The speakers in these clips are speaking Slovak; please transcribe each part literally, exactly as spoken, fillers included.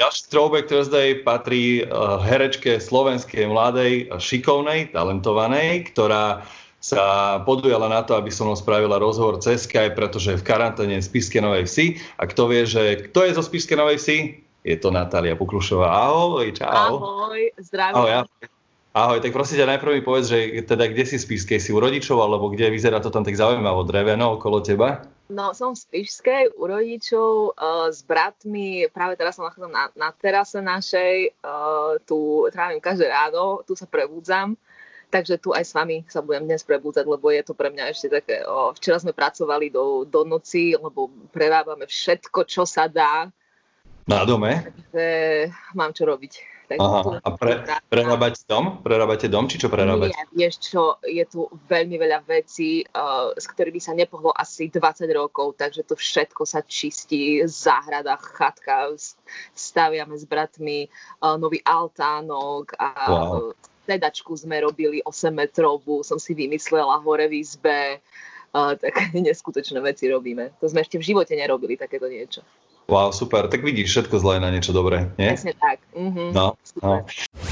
Ďalší Throwback Thursday patrí uh, herečke slovenskej, mladej, šikovnej, talentovanej, ktorá sa podujala na to, aby so mnou spravila rozhovor cez Skype, pretože je v karanténe v Spišskej Novej Vsi. A kto vie, že kto je zo Spišskej Novej Vsi? Je to Natália Puklušová. Ahoj, čau. Ahoj, zdravím. Ahoj, ahoj. Ahoj, tak prosím ťa, najprv mi povedz, že teda kde si v Spišskej? Si u rodičov, alebo kde vyzerá to tam tak zaujímavo, dreveno okolo teba? No, som v Spišskej u rodičov uh, s bratmi. Práve teraz som nachádzam na, na terase našej. Uh, tu trávim každé ráno, tu sa prebudzam. Takže tu aj s vami sa budem dnes prebudzať, lebo je to pre mňa ešte také... Uh, včera sme pracovali do, do noci, lebo prerábame všetko, čo sa dá. Na dome? Takže mám čo robiť. Aha, a pre, prerábať dom? Prerábate dom, či čo prerábať? Nie, vieš čo, je tu veľmi veľa vecí, uh, s ktorými sa nepohlo asi dvadsať rokov, takže to všetko sa čistí, záhrada, chatka, staviame s bratmi uh, nový altánok a wow. Sedačku sme robili osemmetrovú, som si vymyslela hore v izbe, uh, tak neskutočné veci robíme. To sme ešte v živote nerobili, takéto niečo. Wow, super. Tak vidíš, všetko zlé na niečo dobré, nie? Presne tak. Mhm. No, no.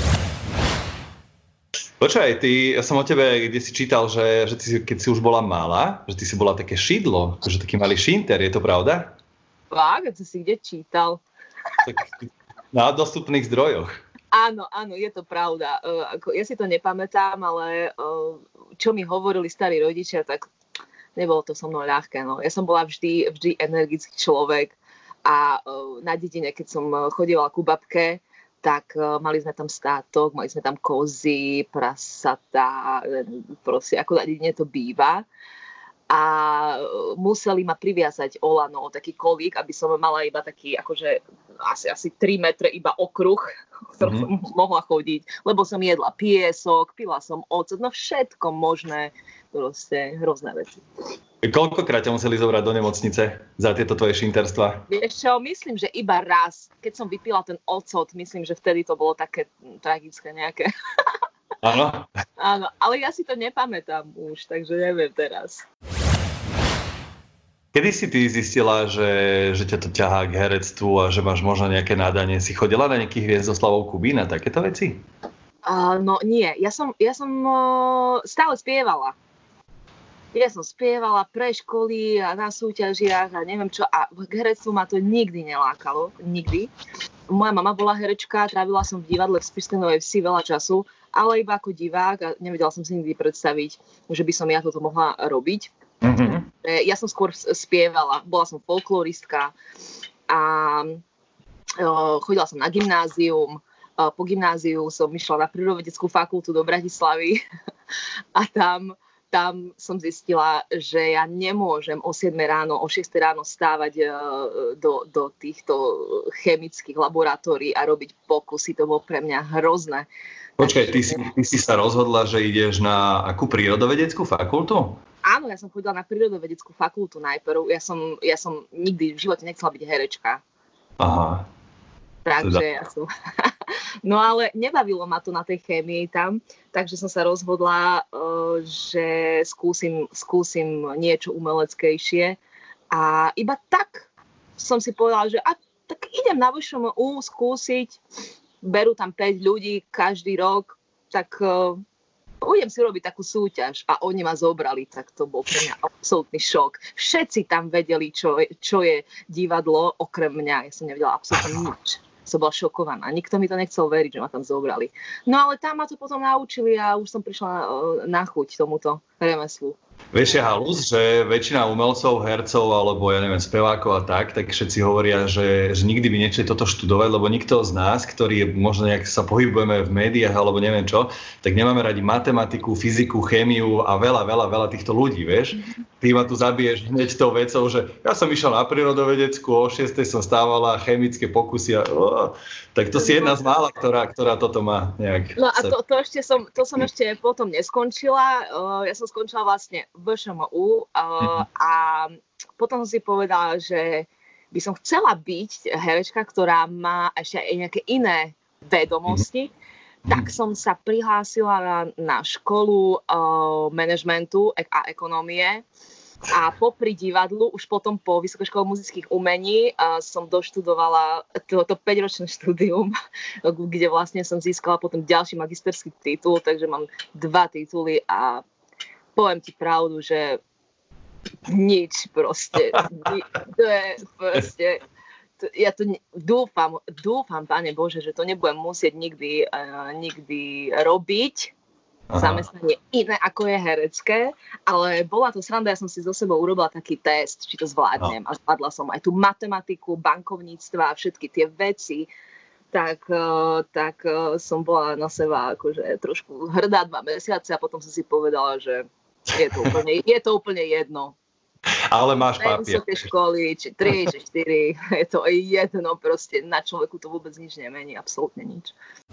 Počkaj, ty, ja som o tebe kde si čítal, že, že ty, keď si už bola malá, že ty si bola také šidlo, že taký malý šinter, je to pravda? Fakt? To si kde čítal? Tak na dostupných zdrojoch. Áno, áno, je to pravda. Uh, ako, ja si to nepamätám, ale uh, čo mi hovorili starí rodičia, tak nebolo to so mnou ľahké. No. Ja som bola vždy, vždy energický človek. A na dedine, keď som chodila ku babke, tak mali sme tam státok, mali sme tam kozy, prasatá, proste ako na dedine to býva. A museli ma priviazať olano, taký kolík, aby som mala iba taký, akože asi, asi tri metre iba okruh, ktorý mm-hmm. som mohla chodiť. Lebo som jedla piesok, pila som ocet, no všetko možné, proste hrozné veci. Koľkokrát ťa museli zobrať do nemocnice za tieto tvoje šinterstva? Vieš čo, myslím, že iba raz. Keď som vypila ten ocot, myslím, že vtedy to bolo také tragické nejaké. Áno? Áno, ale ja si to nepamätám už, takže neviem teraz. Kedy si ty zistila, že, že ťa to ťahá k herectvu a že máš možno nejaké nádanie? Si chodila na nejakých Hviezdoslavov Kubín a takéto veci? Uh, no nie, ja som, ja som uh, stále spievala. Ja som spievala pre školy a na súťažiach a neviem čo. A k herectvu ma to nikdy nelákalo. Nikdy. Moja mama bola herečka, trávila som v divadle v Spišskej Novej Vsi veľa času, ale iba ako divák a nevedela som si nikdy predstaviť, že by som ja toto mohla robiť. Mm-hmm. Ja som skôr spievala. Bola som folkloristka a chodila som na gymnázium. Po gymnáziu som išla na prírodovedeckú fakultu do Bratislavy a tam Tam som zistila, že ja nemôžem o siedmej ráno, o šiestej ráno stávať do, do týchto chemických laboratórií a robiť pokusy. To bolo pre mňa hrozné. Počkaj, ty si, ty si sa rozhodla, že ideš na akú prírodovedeckú fakultu? Áno, ja som chodila na prírodovedeckú fakultu najprv. Ja som, ja som nikdy v živote nechcela byť herečka. Aha. Takže ja som... No ale nebavilo ma to na tej chémii tam, takže som sa rozhodla, že skúsim, skúsim niečo umeleckejšie. A iba tak som si povedala, že a, tak idem na vé š em ú skúsiť. Berú tam päť ľudí každý rok, tak uh, budem si robiť takú súťaž. A oni ma zobrali, tak to bol pre mňa absolútny šok. Všetci tam vedeli, čo, čo je divadlo, okrem mňa. Ja som nevedela absolútne nič. Som bola šokovaná. Nikto mi to nechcel veriť, že ma tam zobrali. No ale tam ma to potom naučili a už som prišla na chuť tomuto remeslu. Vieš, je halus, že väčšina umelcov, hercov alebo ja neviem, spevákov a tak, tak všetci hovoria, že, že nikdy by nechceli toto študovať, lebo nikto z nás, ktorí možno nejak sa pohybujeme v médiách alebo neviem čo, tak nemáme radi matematiku, fyziku, chémiu a veľa, veľa, veľa týchto ľudí, vieš. Ty ma tu zabiješ hneď tou vecou, že ja som išiel na prírodovedeckú, o šiestej som stávala chemické pokusy a oh, tak to si jedna z mála, ktorá, ktorá toto má nejak. No a to, to, ešte som, to som ešte potom neskončila. Ja som skončila vlastne vé š em ú a potom som si povedala, že by som chcela byť herečka, ktorá má ešte aj nejaké iné vedomosti. Tak som sa prihlásila na, na školu uh, manažmentu a ekonomie A popri divadlu, už potom po Vysokej škole muzických umení uh, som doštudovala toto päťročné štúdium, kde vlastne som získala potom ďalší magisterský titul, takže mám dva tituly a poviem ti pravdu, že nič proste. Ni, to je proste... To, ja to ne, dúfam, dúfam, Pane Bože, že to nebudem musieť nikdy, uh, nikdy robiť. Aha. Zamestnanie iné ako je herecké, ale bola to sranda, ja som si so sebou urobila taký test, či to zvládnem a zvládla som aj tú matematiku, bankovníctva a všetky tie veci, tak, tak som bola na seba akože trošku hrdá dva mesiace a potom som si povedala, že je to úplne, je to úplne jedno. Ale máš papier. Vysoké školy, či tri, či štyri, je to jedno, proste na človeku to vôbec nič nemení, absolútne nič.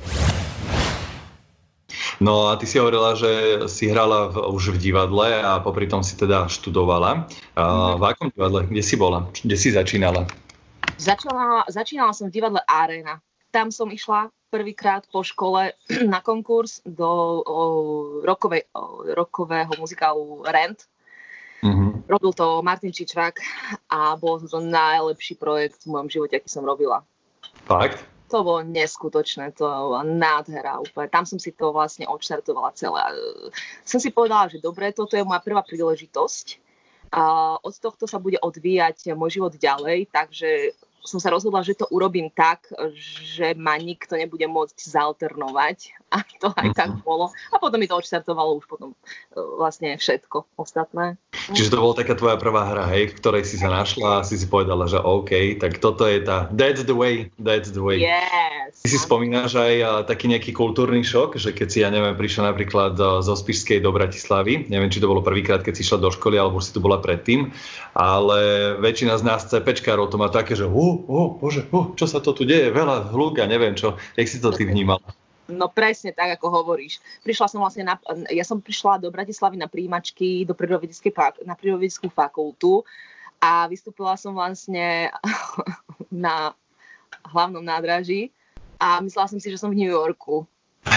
No a ty si hovorila, že si hrala v, už v divadle a popri tom si teda študovala. Mm-hmm. V akom divadle? Kde si bola? Kde si začínala? Začínala, začínala som v divadle Arena. Tam som išla prvýkrát po škole na konkurs do o, rokovej, o, rokového muzikálu Rent. Mm-hmm. Robil to Martin Čičvák a bol to najlepší projekt v mojom živote, aký som robila. Fakt? To bolo neskutočné, to bola nádhera úplne. Tam som si to vlastne odštartovala celé. Som si povedala, že dobre, toto je moja prvá príležitosť. A od tohto sa bude odvíjať môj život ďalej, takže som sa rozhodla, že to urobím tak, že ma nikto nebude môcť zalternovať. A to aj tak bolo. A potom mi to odštartovalo už potom vlastne všetko ostatné. Čiže to bola taká tvoja prvá hra, hej, v ktorej si sa našla a si si povedala, že OK, tak toto je tá, that's the way, that's the way. Yes. Ty si spomínaš aj taký nejaký kultúrny šok, že keď si, ja neviem, prišla napríklad zo Spišskej do Bratislavy, neviem, či to bolo prvýkrát, keď si išla do školy, alebo si tu bola predtým, ale väčšina z nás CPčkárov to má také, že uh, uh, bože, uh, čo sa to tu deje, veľa hľúka, neviem čo, jak si to ty vnímala? No presne tak, ako hovoríš. Prišla som vlastne na, ja som prišla do Bratislavy na príjimačky do prírodovedeckej, na prírodovedeckú fakultu a vystúpila som vlastne na hlavnom nádraží a myslela som si, že som v New Yorku.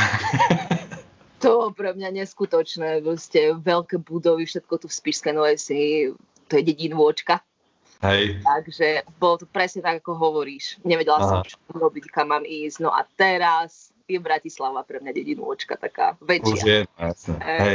To pre mňa neskutočné, vlastne veľké budovy, všetko tu v Spišskej Novej Vsi, to je dedinôčka. Hej. Takže bolo to presne tak, ako hovoríš. Nevedela Aha. som, čo robiť, kam mám ísť. No a teraz je Bratislava pre mňa dedinôčka taká väčšia. Už je, jasne. Hej.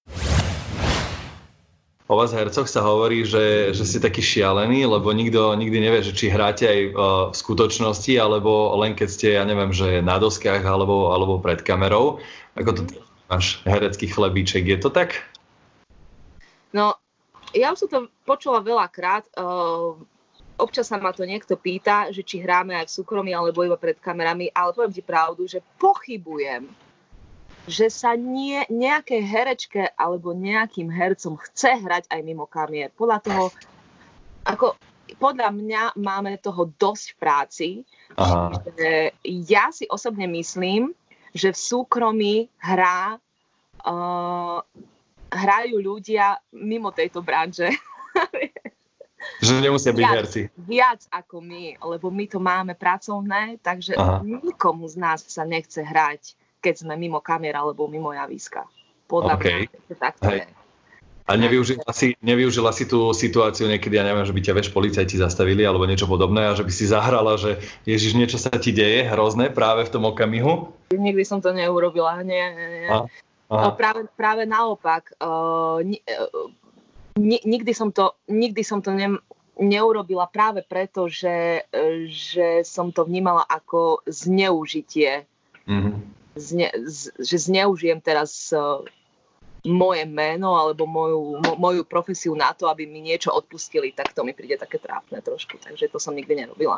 O vás hercoch sa hovorí, že, že ste takí šialení, lebo nikto nikdy nevie, že či hráte aj v skutočnosti, alebo len keď ste, ja neviem, že na doskách, alebo, alebo pred kamerou. Ako to máš herecký chlebíček, je to tak? No, ja už som to počula veľakrát. Uh, občas sa ma to niekto pýta, že či hráme aj v súkromí alebo iba pred kamerami, ale poviem ti pravdu, že pochybujem, že sa nie, nejaké herečke alebo nejakým hercom chce hrať aj mimo kamier. Podľa toho, ako podľa mňa máme toho dosť v práci. Aha. Že ja si osobne myslím, že v súkromí hrá uh, hrajú ľudia mimo tejto branže. Že nemusia byť viac, herci. Viac ako my, lebo my to máme pracovné, takže Aha. nikomu z nás sa nechce hrať, keď sme mimo kamier alebo mimo javiska. Podľa okay. mňa tak to je. A nevyužila si, nevyužila si tú situáciu niekedy, ja neviem, že by ťa vieš policajti zastavili alebo niečo podobné a že by si zahrala, že Ježiš, niečo sa ti deje hrozné práve v tom okamihu? Nikdy som to neurobila, nie, nie, nie. A? Práve, práve naopak, uh, ni, uh, ni, nikdy som to, nikdy som to ne, neurobila práve preto, že, uh, že som to vnímala ako zneužitie. Mm-hmm. Zne, z, že zneužijem teraz uh, moje meno alebo moju, mo, moju profesiu na to, aby mi niečo odpustili, tak to mi príde také trápne trošku, takže to som nikdy nerobila.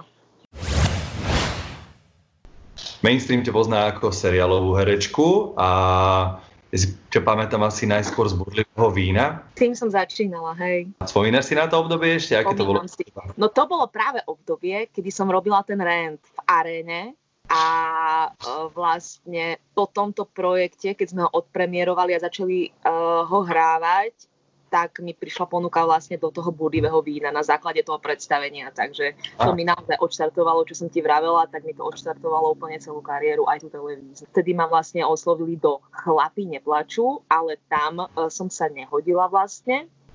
Mainstream ťa pozná ako seriálovú herečku a ja si ťa pamätám asi najskôr z Búrlivého vína. Tým som začínala, hej. Spomínaš si na to obdobie ešte? Aké to bolo? Si. No to bolo práve obdobie, kedy som robila ten Rent v Aréne a uh, vlastne po tomto projekte, keď sme ho odpremierovali a začali uh, ho hrávať, tak mi prišla ponuka vlastne do toho Búrlivého vína na základe toho predstavenia, takže to a. mi naozaj odštartovalo, čo som ti vravela, tak mi to odštartovalo úplne celú kariéru, aj tú televíziu. Vtedy ma vlastne oslovili do Chlapi neplačú, ale tam uh, som sa nehodila vlastne.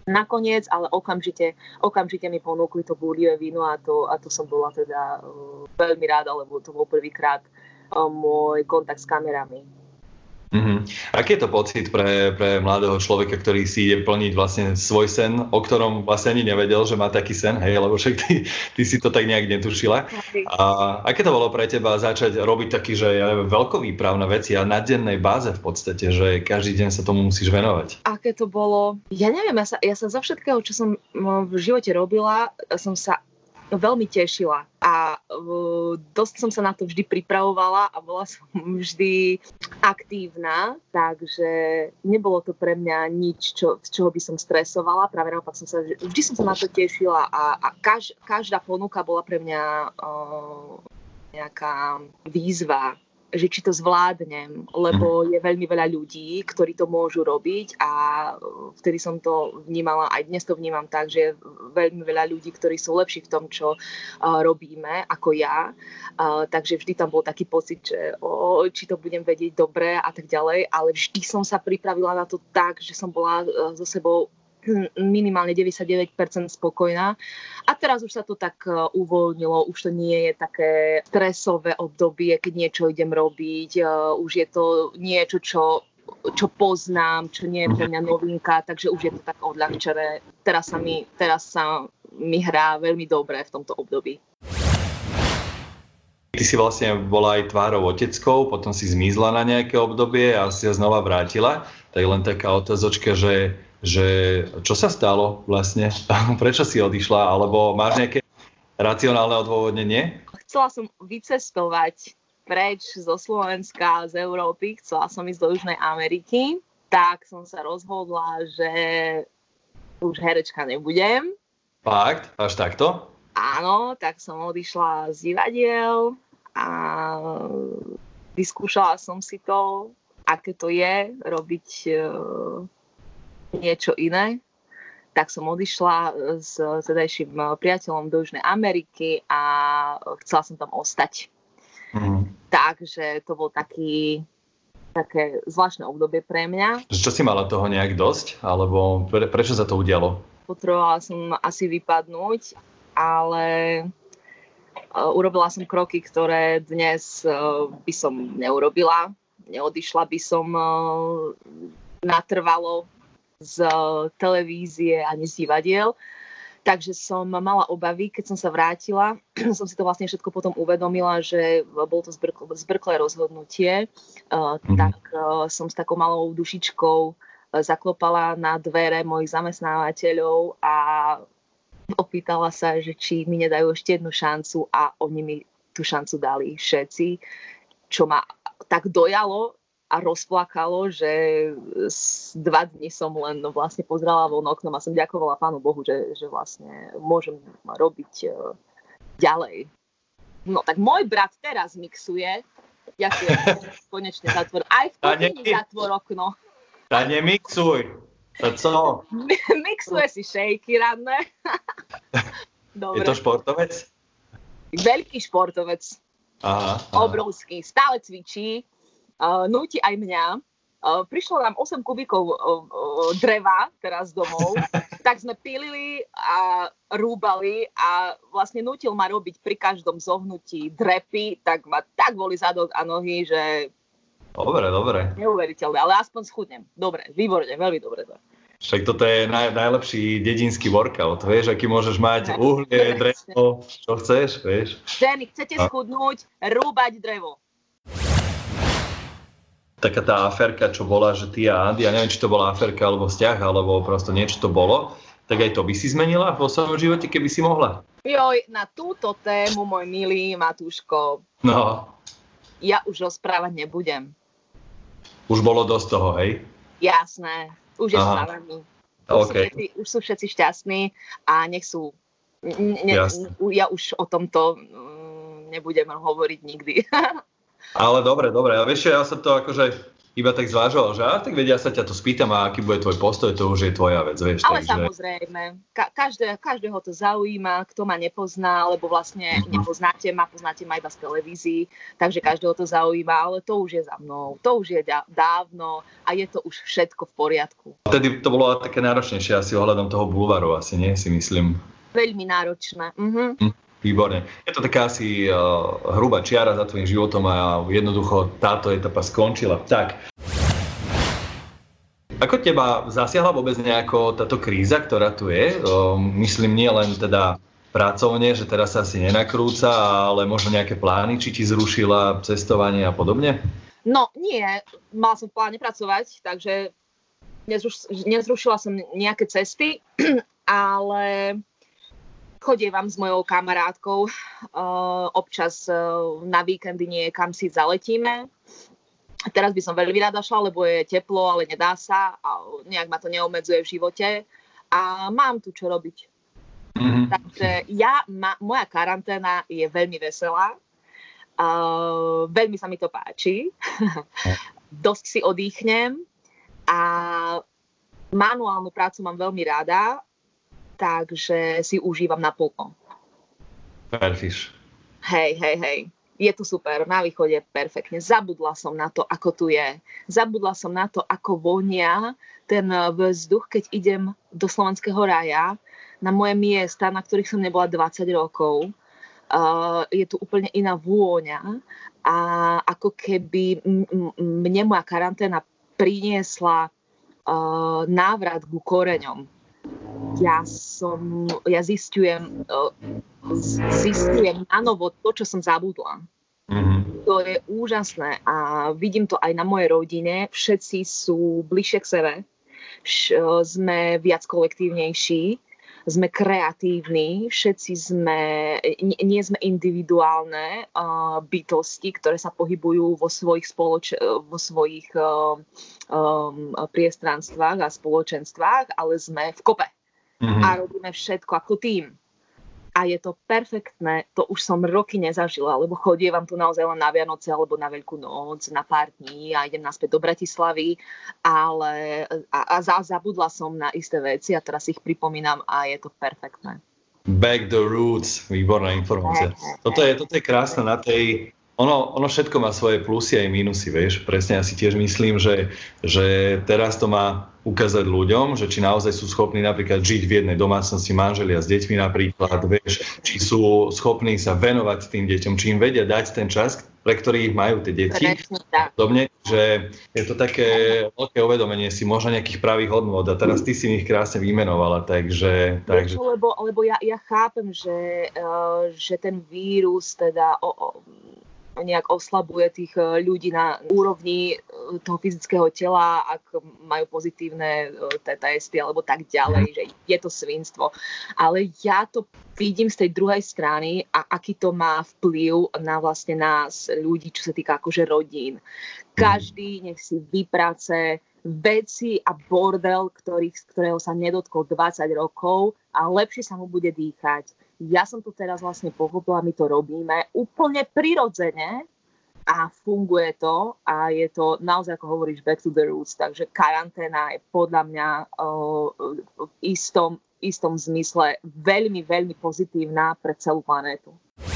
nakoniec, ale okamžite, okamžite mi ponúkli to búrlivé víno a to, a to som bola teda uh, veľmi rada, lebo to bol prvýkrát uh, môj kontakt s kamerami. Mm-hmm. Aký je to pocit pre, pre mladého človeka, ktorý si ide plniť vlastne svoj sen, o ktorom vlastne ani nevedel, že má taký sen, hej, lebo však ty, ty si to tak nejak netušila. A aké to bolo pre teba začať robiť taký, že ja neviem, veľkovýpravné veci a na dennej báze v podstate, že každý deň sa tomu musíš venovať? Aké to bolo? Ja neviem, ja sa, ja sa za všetkého, čo som v živote robila, som sa veľmi tešila a uh, dosť som sa na to vždy pripravovala a bola som vždy aktívna, takže nebolo to pre mňa nič, čo, z čoho by som stresovala, práve naopak som sa, vždy som sa na to tešila a, a kaž, každá ponuka bola pre mňa uh, nejaká výzva, že či to zvládnem, lebo je veľmi veľa ľudí, ktorí to môžu robiť a vtedy som to vnímala, aj dnes to vnímam tak, že je veľmi veľa ľudí, ktorí sú lepší v tom, čo uh, robíme, ako ja. Uh, takže vždy tam bol taký pocit, že oh, či to budem vedieť dobre a tak ďalej, ale vždy som sa pripravila na to tak, že som bola uh, so sebou minimálne deväťdesiatdeväť percent spokojná. A teraz už sa to tak uh, uvoľnilo, už to nie je také stresové obdobie, keď niečo idem robiť, uh, už je to niečo, čo, čo poznám, čo nie je pre mňa novinka, takže už je to tak odľahčené. Teraz sa mi, teraz sa mi hrá veľmi dobre v tomto období. Ty si vlastne bola aj tvárou oteckou, potom si zmizla na nejaké obdobie a si sa znova vrátila. Tak len taká otázočka, že že čo sa stalo vlastne? Prečo si odišla? Alebo máš nejaké racionálne odôvodnenie? Chcela som vycestovať preč zo Slovenska, z Európy. Chcela som ísť do Južnej Ameriky. Tak som sa rozhodla, že už herečka nebudem. Fakt? Až takto? Áno, tak som odišla z divadiel a vyskúšala som si to, aké to je robiť niečo iné, tak som odišla s tedajším priateľom do Južnej Ameriky a chcela som tam ostať. Mm. Takže to bol taký, také zvláštne obdobie pre mňa. Čo si mala toho nejak dosť? Alebo pre, prečo sa to udialo? Potrebovala som asi vypadnúť, ale urobila som kroky, ktoré dnes by som neurobila. Neodišla by som natrvalo z televízie ani z divadiel. Takže som mala obavy, keď som sa vrátila. Som si to vlastne všetko potom uvedomila, že bolo to zbrk- zbrklé rozhodnutie. Uh, mm. Tak uh, som s takou malou dušičkou uh, zaklopala na dvere mojich zamestnávateľov a opýtala sa, že či mi nedajú ešte jednu šancu a oni mi tú šancu dali všetci, čo ma tak dojalo a rozplakalo, že dva dni som len vlastne pozerala von oknom a som ďakovala Pánu Bohu, že, že vlastne môžem robiť uh, ďalej. No tak môj brat teraz mixuje. Ďakujem, konečne zatvor. Aj v kuchyni zatvor okno. Tá nemixuj. To co? Mixuje si šejky ranné. Dobre. Je to športovec? Veľký športovec. Aha, aha. Obrovský. Stále cvičí. Uh, núti aj mňa. Uh, prišlo nám osem kubíkov uh, uh, dreva teraz domov, tak sme pílili a rúbali a vlastne nútil ma robiť pri každom zohnutí drepy, tak ma tak boli zadok a nohy, že... Dobre, dobre. Neuveriteľné, ale aspoň schudnem. Dobre, výborne, veľmi dobre. Však toto je naj, najlepší dedinský workout, vieš, aký môžeš mať uhlie, drevo, čo chceš, vieš. Ženy, chcete schudnúť, rúbať drevo. Taká tá aférka, čo bola, že ty a Andy, ja neviem, či to bola aférka alebo vzťah, alebo prosto niečo to bolo, tak aj to by si zmenila vo svojom živote, keby si mohla? Joj, na túto tému, môj milý Matúško, no. Ja už rozprávať nebudem. Už bolo dosť toho, hej? Jasné, už je stávaný. Už, okay. už sú všetci šťastní a nech sú... Ne, ja už o tomto nebudem hovoriť nikdy. Ale dobre, dobre. A vieš, ja sa to akože iba tak zvážoval, že a tak vedia, sa ťa to spýtam a aký bude tvoj postoj, to už je tvoja vec, vieš. Ale takže... samozrejme, ka- každé, každého to zaujíma, kto ma nepozná, lebo vlastne mm-hmm. nepoznáte ma, poznáte ma iba z televízií, takže každého to zaujíma, ale to už je za mnou, to už je dávno a je to už všetko v poriadku. Vtedy to bolo také náročnejšie asi ohľadom toho bulvaru, asi nie, si myslím. Veľmi náročné. Mhm. Hm. Výborne. Je to taká asi uh, hrubá čiara za tvojím životom a jednoducho táto etapa skončila. Tak. Ako teba zasiahla vôbec nejako táto kríza, ktorá tu je? Uh, myslím nie len teda pracovne, že teraz sa asi nenakrúca, ale možno nejaké plány, či ti zrušila cestovanie a podobne? No nie, mal som v pláne pracovať, takže nezruš- nezrušila som nejaké cesty, ale... Chodievam s mojou kamarátkou, uh, občas uh, na víkendy niekam si zaletíme. Teraz by som veľmi rada šla, lebo je teplo, ale nedá sa a nejak ma to neobmedzuje v živote a mám tu čo robiť. Mm-hmm. Takže ja, ma, moja karanténa je veľmi veselá, uh, veľmi sa mi to páči, dosť si odýchnem a manuálnu prácu mám veľmi rada, takže si užívam naplno. Perfíš. Hej, hej, hej. Je tu super, na východe perfektne. Zabudla som na to, ako tu je. Zabudla som na to, ako vonia ten vzduch, keď idem do Slovenského raja, na moje miesta, na ktorých som nebola dvadsať rokov. Uh, je tu úplne iná vôňa a ako keby m- m- mne moja karanténa priniesla uh, návrat ku koreňom. Ja som, ja zistujem, zistujem na novo to, čo som zabudla. Mm-hmm. To je úžasné a vidím to aj na mojej rodine. Všetci sú bližšie k sebe, sme viac kolektívnejší, sme kreatívni, všetci sme, nie sme individuálne uh, bytosti, ktoré sa pohybujú vo svojich, spoloč- vo svojich uh, um, priestranstvách a spoločenstvách, ale sme v kope. Mm-hmm. A robíme všetko ako tým. A je to perfektné, to už som roky nezažila, lebo chodievam tu naozaj len na Vianoce alebo na Veľkú noc, na pár dní a idem naspäť do Bratislavy, ale a, a zabudla som na isté veci a teraz ich pripomínam a je to perfektné. Back the roots, výborná informácia. Toto je, toto je krásne na tej... Ono, ono všetko má svoje plusy aj mínusy, vieš. Presne ja si tiež myslím, že, že teraz to má ukázať ľuďom, že či naozaj sú schopní napríklad žiť v jednej domácnosti, manželia s deťmi napríklad, vieš, či sú schopní sa venovať tým deťom, či im vedia dať ten čas, pre ktorý majú tie deti. Podobne, že je to také veľké uvedomenie si možno nejakých pravých hodnôt a teraz ty si ich krásne vymenovala, takže... takže... Lebo, lebo ja, ja chápem, že, uh, že ten vírus teda... O, o, nejak oslabuje tých ľudí na úrovni toho fyzického tela, ak majú pozitívne testy alebo tak ďalej, že je to svinstvo. Ale ja to vidím z tej druhej strany a aký to má vplyv na vlastne nás, ľudí, čo sa týka akože rodín. Každý nech si vyprace veci a bordel, ktorých, ktorého sa nedotkol dvadsať rokov a lepšie sa mu bude dýchať. Ja som to teraz vlastne pochopila, my to robíme úplne prirodzene a funguje to a je to naozaj, ako hovoríš, back to the roots. Takže karanténa je podľa mňa uh, v istom, istom zmysle veľmi, veľmi pozitívna pre celú planétu.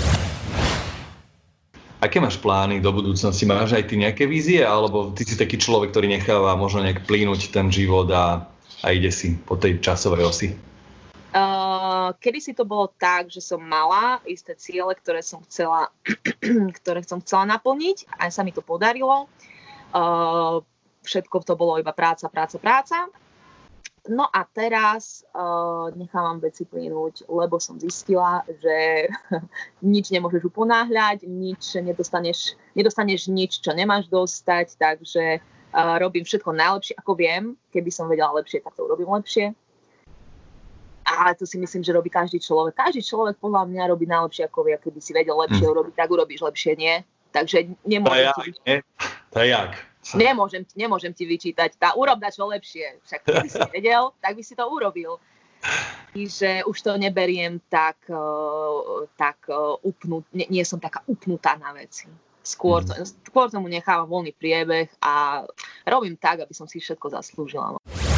Aké máš plány do budúcnosti? Máš aj ty nejaké vízie? Alebo ty si taký človek, ktorý necháva možno nejak plínuť ten život a, a ide si po tej časovej osi? Uh, kedy si to bolo tak, že som mala isté ciele, ktoré som chcela, ktoré som chcela naplniť a sa mi to podarilo. Uh, všetko to bolo iba práca, práca, práca. No a teraz uh, nechávam veci plynúť, lebo som zistila, že nič nemôžeš uponáhľať, nič nedostaneš, nedostaneš nič, čo nemáš dostať, takže uh, robím všetko najlepšie, ako viem. Keby som vedela lepšie, tak to urobím lepšie. Ale to si myslím, že robí každý človek. Každý človek podľa mňa robí najlepšie, ako vie. Keby si vedel lepšie hmm. urobiť, tak urobíš lepšie, nie? Takže nemôžem to ti vyčítať. To je jak? Nemôžem, nemôžem ti vyčítať. Tá urob dačo lepšie. Však keby si vedel, tak by si to urobil. Čiže už to neberiem tak, tak upnut, nie, nie som taká upnutá na veci. Skôr, to, skôr tomu nechávam voľný priebeh a robím tak, aby som si všetko zaslúžila.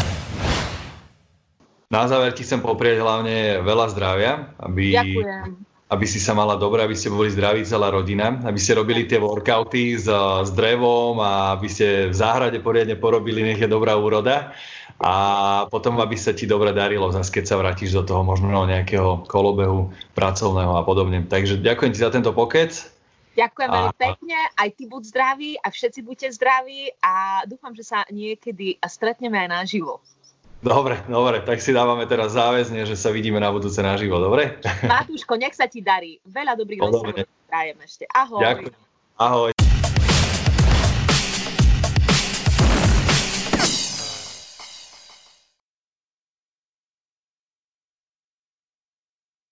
Na záver ti chcem poprieť hlavne veľa zdravia, aby, aby si sa mala dobre, aby ste boli zdraví celá rodina, aby ste robili tie workouty s, s drevom a aby ste v záhrade poriadne porobili, nech je dobrá úroda a potom, aby sa ti dobre darilo, zase keď sa vrátiš do toho možno nejakého kolobehu pracovného a podobne. Takže ďakujem ti za tento pokec. Ďakujem veľmi pekne, aj ty buď zdravý a všetci buďte zdraví a dúfam, že sa niekedy stretneme aj naživo. Dobre, dobre, tak si dávame teraz záväzne, že sa vidíme na budúce naživo, dobre? Matúško, nech sa ti darí. Veľa dobrých vecí prajem ešte. Ahoj. Ďakujem. Ahoj.